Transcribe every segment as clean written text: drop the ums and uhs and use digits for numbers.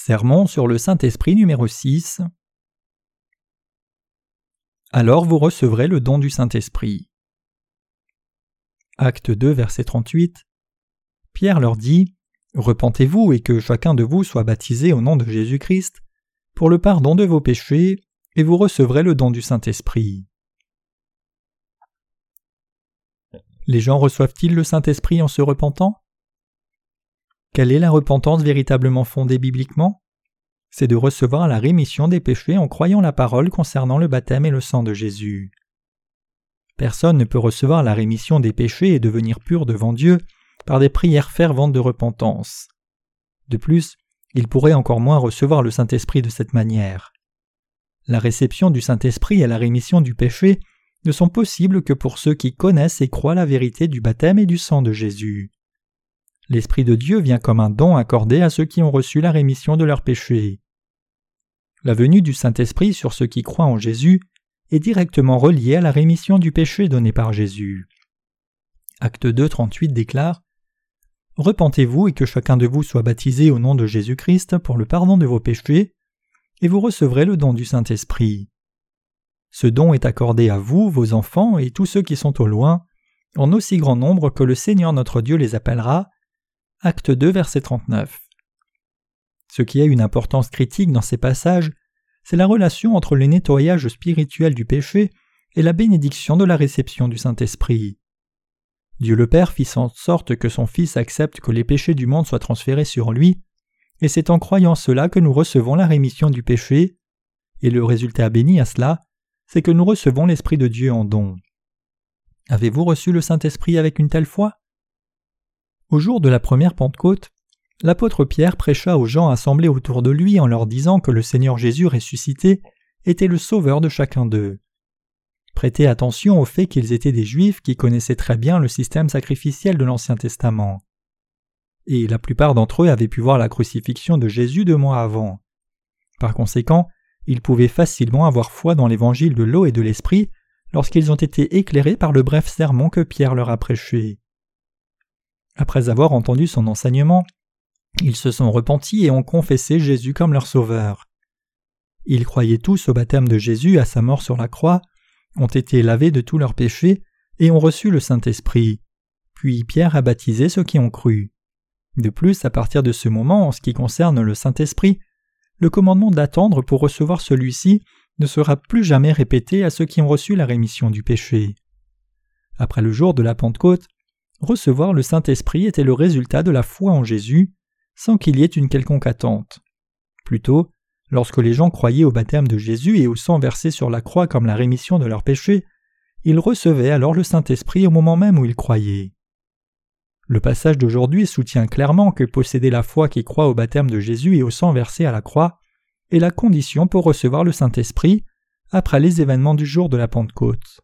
Sermon sur le Saint-Esprit numéro 6. Alors vous recevrez le don du Saint-Esprit. Acte 2, verset 38. Pierre leur dit : Repentez-vous et que chacun de vous soit baptisé au nom de Jésus-Christ pour le pardon de vos péchés, et vous recevrez le don du Saint-Esprit. Les gens reçoivent-ils le Saint-Esprit en se repentant ? Quelle est la repentance véritablement fondée bibliquement ? C'est de recevoir la rémission des péchés en croyant la parole concernant le baptême et le sang de Jésus. Personne ne peut recevoir la rémission des péchés et devenir pur devant Dieu par des prières ferventes de repentance. De plus, il pourrait encore moins recevoir le Saint-Esprit de cette manière. La réception du Saint-Esprit et la rémission du péché ne sont possibles que pour ceux qui connaissent et croient la vérité du baptême et du sang de Jésus. L'Esprit de Dieu vient comme un don accordé à ceux qui ont reçu la rémission de leurs péchés. La venue du Saint-Esprit sur ceux qui croient en Jésus est directement reliée à la rémission du péché donnée par Jésus. Acte 2, 38 déclare : Repentez-vous et que chacun de vous soit baptisé au nom de Jésus-Christ pour le pardon de vos péchés, et vous recevrez le don du Saint-Esprit. Ce don est accordé à vous, vos enfants et tous ceux qui sont au loin, en aussi grand nombre que le Seigneur notre Dieu les appellera. Acte 2, verset 39. Ce qui a une importance critique dans ces passages, c'est la relation entre le nettoyage spirituel du péché et la bénédiction de la réception du Saint-Esprit. Dieu le Père fit en sorte que son Fils accepte que les péchés du monde soient transférés sur lui, et c'est en croyant cela que nous recevons la rémission du péché, et le résultat béni à cela, c'est que nous recevons l'Esprit de Dieu en don. Avez-vous reçu le Saint-Esprit avec une telle foi ? Au jour de la première Pentecôte, l'apôtre Pierre prêcha aux gens assemblés autour de lui en leur disant que le Seigneur Jésus ressuscité était le sauveur de chacun d'eux. Prêtez attention au fait qu'ils étaient des Juifs qui connaissaient très bien le système sacrificiel de l'Ancien Testament. Et la plupart d'entre eux avaient pu voir la crucifixion de Jésus 2 mois avant. Par conséquent, ils pouvaient facilement avoir foi dans l'évangile de l'eau et de l'esprit lorsqu'ils ont été éclairés par le bref sermon que Pierre leur a prêché. Après avoir entendu son enseignement, ils se sont repentis et ont confessé Jésus comme leur sauveur. Ils croyaient tous au baptême de Jésus à sa mort sur la croix, ont été lavés de tous leurs péchés et ont reçu le Saint-Esprit. Puis Pierre a baptisé ceux qui ont cru. De plus, à partir de ce moment, en ce qui concerne le Saint-Esprit, le commandement d'attendre pour recevoir celui-ci ne sera plus jamais répété à ceux qui ont reçu la rémission du péché. Après le jour de la Pentecôte, recevoir le Saint-Esprit était le résultat de la foi en Jésus, sans qu'il y ait une quelconque attente. Plutôt, lorsque les gens croyaient au baptême de Jésus et au sang versé sur la croix comme la rémission de leurs péchés, ils recevaient alors le Saint-Esprit au moment même où ils croyaient. Le passage d'aujourd'hui soutient clairement que posséder la foi qui croit au baptême de Jésus et au sang versé à la croix est la condition pour recevoir le Saint-Esprit après les événements du jour de la Pentecôte.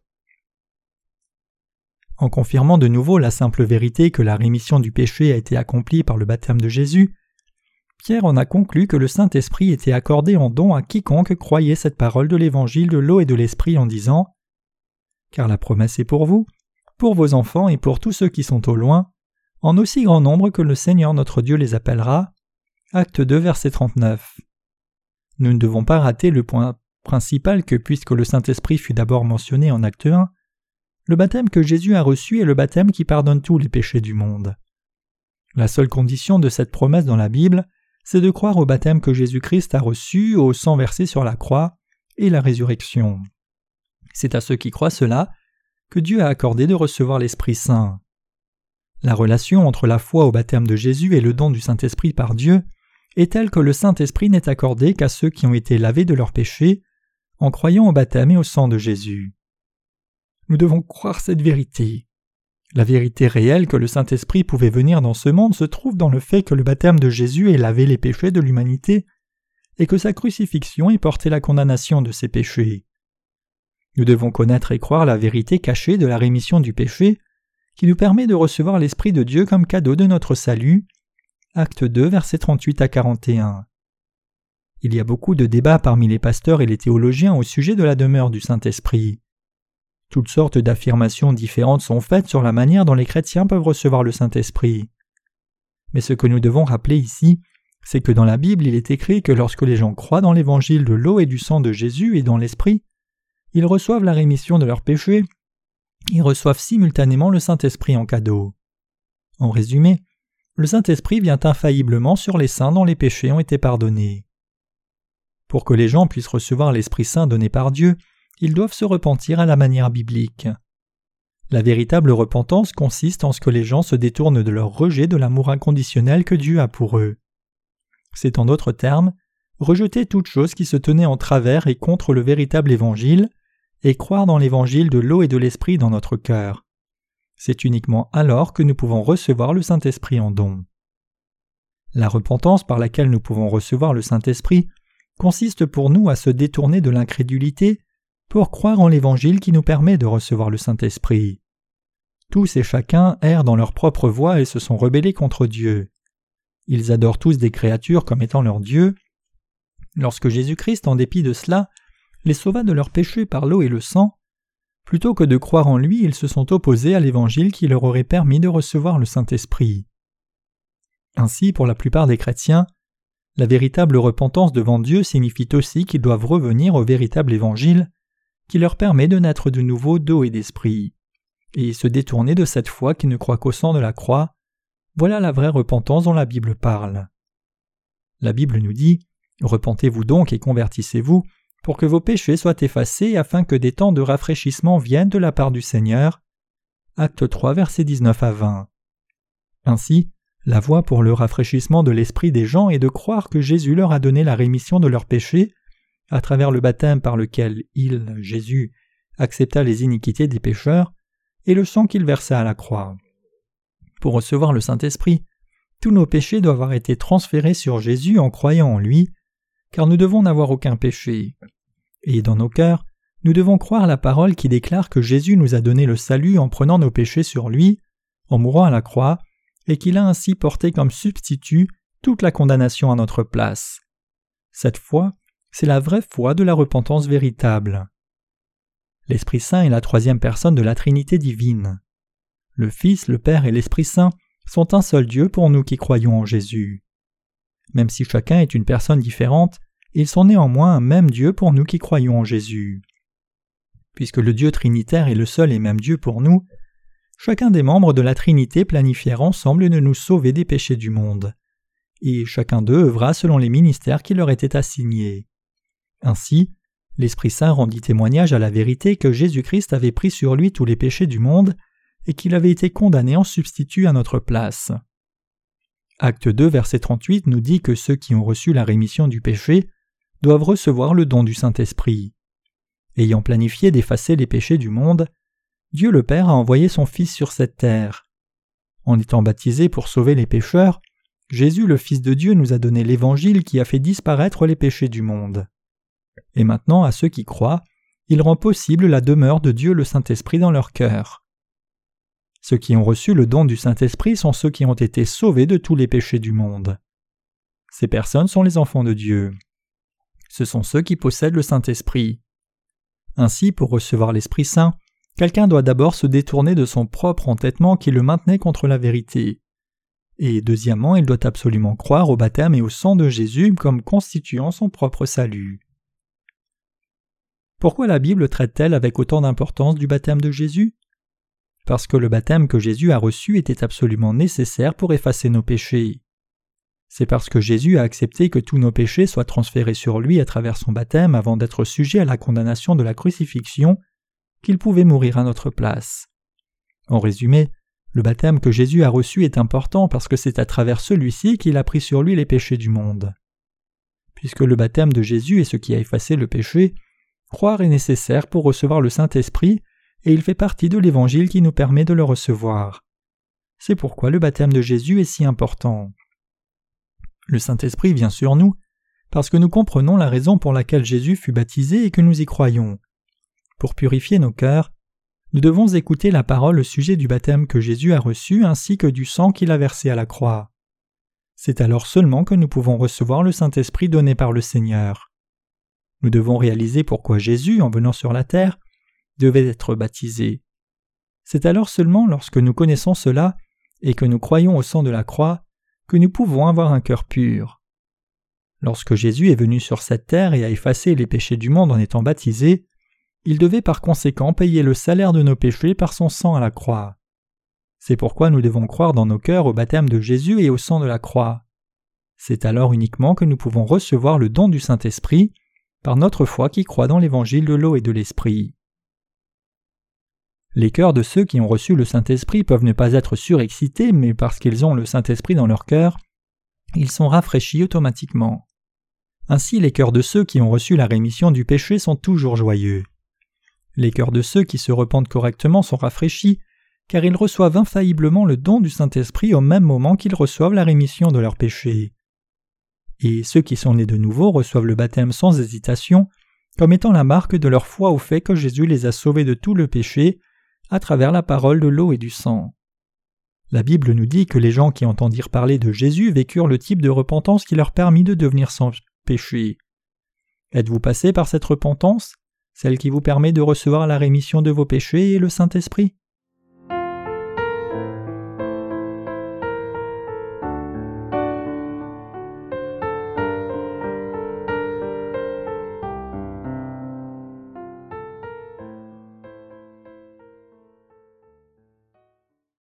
En confirmant de nouveau la simple vérité que la rémission du péché a été accomplie par le baptême de Jésus, Pierre en a conclu que le Saint-Esprit était accordé en don à quiconque croyait cette parole de l'évangile de l'eau et de l'esprit en disant : Car la promesse est pour vous, pour vos enfants et pour tous ceux qui sont au loin, en aussi grand nombre que le Seigneur notre Dieu les appellera. Acte 2, verset 39. Nous ne devons pas rater le point principal que puisque le Saint-Esprit fut d'abord mentionné en Acte 1, le baptême que Jésus a reçu est le baptême qui pardonne tous les péchés du monde. La seule condition de cette promesse dans la Bible, c'est de croire au baptême que Jésus-Christ a reçu, au sang versé sur la croix, et la résurrection. C'est à ceux qui croient cela que Dieu a accordé de recevoir l'Esprit Saint. La relation entre la foi au baptême de Jésus et le don du Saint-Esprit par Dieu est telle que le Saint-Esprit n'est accordé qu'à ceux qui ont été lavés de leurs péchés en croyant au baptême et au sang de Jésus. Nous devons croire cette vérité. La vérité réelle que le Saint-Esprit pouvait venir dans ce monde se trouve dans le fait que le baptême de Jésus ait lavé les péchés de l'humanité et que sa crucifixion ait porté la condamnation de ses péchés. Nous devons connaître et croire la vérité cachée de la rémission du péché qui nous permet de recevoir l'Esprit de Dieu comme cadeau de notre salut. Acte 2, versets 38 à 41. Il y a beaucoup de débats parmi les pasteurs et les théologiens au sujet de la demeure du Saint-Esprit. Toutes sortes d'affirmations différentes sont faites sur la manière dont les chrétiens peuvent recevoir le Saint-Esprit. Mais ce que nous devons rappeler ici, c'est que dans la Bible il est écrit que lorsque les gens croient dans l'évangile de l'eau et du sang de Jésus et dans l'Esprit, ils reçoivent la rémission de leurs péchés, ils reçoivent simultanément le Saint-Esprit en cadeau. En résumé, le Saint-Esprit vient infailliblement sur les saints dont les péchés ont été pardonnés. Pour que les gens puissent recevoir l'Esprit Saint donné par Dieu, ils doivent se repentir à la manière biblique. La véritable repentance consiste en ce que les gens se détournent de leur rejet de l'amour inconditionnel que Dieu a pour eux. C'est en d'autres termes, rejeter toute chose qui se tenait en travers et contre le véritable Évangile, et croire dans l'Évangile de l'eau et de l'Esprit dans notre cœur. C'est uniquement alors que nous pouvons recevoir le Saint-Esprit en don. La repentance par laquelle nous pouvons recevoir le Saint-Esprit consiste pour nous à se détourner de l'incrédulité pour croire en l'Évangile qui nous permet de recevoir le Saint-Esprit. Tous et chacun errent dans leur propre voie et se sont rebellés contre Dieu. Ils adorent tous des créatures comme étant leur Dieu. Lorsque Jésus-Christ, en dépit de cela, les sauva de leurs péchés par l'eau et le sang, plutôt que de croire en lui, ils se sont opposés à l'Évangile qui leur aurait permis de recevoir le Saint-Esprit. Ainsi, pour la plupart des chrétiens, la véritable repentance devant Dieu signifie aussi qu'ils doivent revenir au véritable Évangile qui leur permet de naître de nouveau d'eau et d'esprit, et se détourner de cette foi qui ne croit qu'au sang de la croix. Voilà la vraie repentance dont la Bible parle. La Bible nous dit « Repentez-vous donc et convertissez-vous, pour que vos péchés soient effacés afin que des temps de rafraîchissement viennent de la part du Seigneur. » Acte 3, versets 19 à 20. Ainsi, la voie pour le rafraîchissement de l'esprit des gens est de croire que Jésus leur a donné la rémission de leurs péchés à travers le baptême par lequel il, Jésus, accepta les iniquités des pécheurs et le sang qu'il versa à la croix. Pour recevoir le Saint-Esprit, tous nos péchés doivent avoir été transférés sur Jésus en croyant en lui, car nous devons n'avoir aucun péché. Et dans nos cœurs, nous devons croire la parole qui déclare que Jésus nous a donné le salut en prenant nos péchés sur lui, en mourant à la croix, et qu'il a ainsi porté comme substitut toute la condamnation à notre place. Cette foi, c'est la vraie foi de la repentance véritable. L'Esprit Saint est la troisième personne de la Trinité divine. Le Fils, le Père et l'Esprit Saint sont un seul Dieu pour nous qui croyons en Jésus. Même si chacun est une personne différente, ils sont néanmoins un même Dieu pour nous qui croyons en Jésus. Puisque le Dieu trinitaire est le seul et même Dieu pour nous, chacun des membres de la Trinité planifièrent ensemble de nous sauver des péchés du monde. Et chacun d'eux œuvra selon les ministères qui leur étaient assignés. Ainsi, l'Esprit Saint rendit témoignage à la vérité que Jésus-Christ avait pris sur lui tous les péchés du monde et qu'il avait été condamné en substitut à notre place. Acte 2, verset 38 nous dit que ceux qui ont reçu la rémission du péché doivent recevoir le don du Saint-Esprit. Ayant planifié d'effacer les péchés du monde, Dieu le Père a envoyé son Fils sur cette terre. En étant baptisé pour sauver les pécheurs, Jésus, le Fils de Dieu, nous a donné l'Évangile qui a fait disparaître les péchés du monde. Et maintenant, à ceux qui croient, il rend possible la demeure de Dieu le Saint-Esprit dans leur cœur. Ceux qui ont reçu le don du Saint-Esprit sont ceux qui ont été sauvés de tous les péchés du monde. Ces personnes sont les enfants de Dieu. Ce sont ceux qui possèdent le Saint-Esprit. Ainsi, pour recevoir l'Esprit Saint, quelqu'un doit d'abord se détourner de son propre entêtement qui le maintenait contre la vérité. Et deuxièmement, il doit absolument croire au baptême et au sang de Jésus comme constituant son propre salut. Pourquoi la Bible traite-t-elle avec autant d'importance du baptême de Jésus ? Parce que le baptême que Jésus a reçu était absolument nécessaire pour effacer nos péchés. C'est parce que Jésus a accepté que tous nos péchés soient transférés sur lui à travers son baptême avant d'être sujet à la condamnation de la crucifixion qu'il pouvait mourir à notre place. En résumé, le baptême que Jésus a reçu est important parce que c'est à travers celui-ci qu'il a pris sur lui les péchés du monde. Puisque le baptême de Jésus est ce qui a effacé le péché, croire est nécessaire pour recevoir le Saint-Esprit et il fait partie de l'Évangile qui nous permet de le recevoir. C'est pourquoi le baptême de Jésus est si important. Le Saint-Esprit vient sur nous parce que nous comprenons la raison pour laquelle Jésus fut baptisé et que nous y croyons. Pour purifier nos cœurs, nous devons écouter la parole au sujet du baptême que Jésus a reçu ainsi que du sang qu'il a versé à la croix. C'est alors seulement que nous pouvons recevoir le Saint-Esprit donné par le Seigneur. Nous devons réaliser pourquoi Jésus, en venant sur la terre, devait être baptisé. C'est alors seulement lorsque nous connaissons cela et que nous croyons au sang de la croix que nous pouvons avoir un cœur pur. Lorsque Jésus est venu sur cette terre et a effacé les péchés du monde en étant baptisé, il devait par conséquent payer le salaire de nos péchés par son sang à la croix. C'est pourquoi nous devons croire dans nos cœurs au baptême de Jésus et au sang de la croix. C'est alors uniquement que nous pouvons recevoir le don du Saint-Esprit par notre foi qui croit dans l'évangile de l'eau et de l'Esprit. Les cœurs de ceux qui ont reçu le Saint-Esprit peuvent ne pas être surexcités, mais parce qu'ils ont le Saint-Esprit dans leur cœur, ils sont rafraîchis automatiquement. Ainsi, les cœurs de ceux qui ont reçu la rémission du péché sont toujours joyeux. Les cœurs de ceux qui se repentent correctement sont rafraîchis, car ils reçoivent infailliblement le don du Saint-Esprit au même moment qu'ils reçoivent la rémission de leurs péchés. Et ceux qui sont nés de nouveau reçoivent le baptême sans hésitation, comme étant la marque de leur foi au fait que Jésus les a sauvés de tout le péché à travers la parole de l'eau et du sang. La Bible nous dit que les gens qui entendirent parler de Jésus vécurent le type de repentance qui leur permit de devenir sans péché. Êtes-vous passé par cette repentance, celle qui vous permet de recevoir la rémission de vos péchés et le Saint-Esprit ?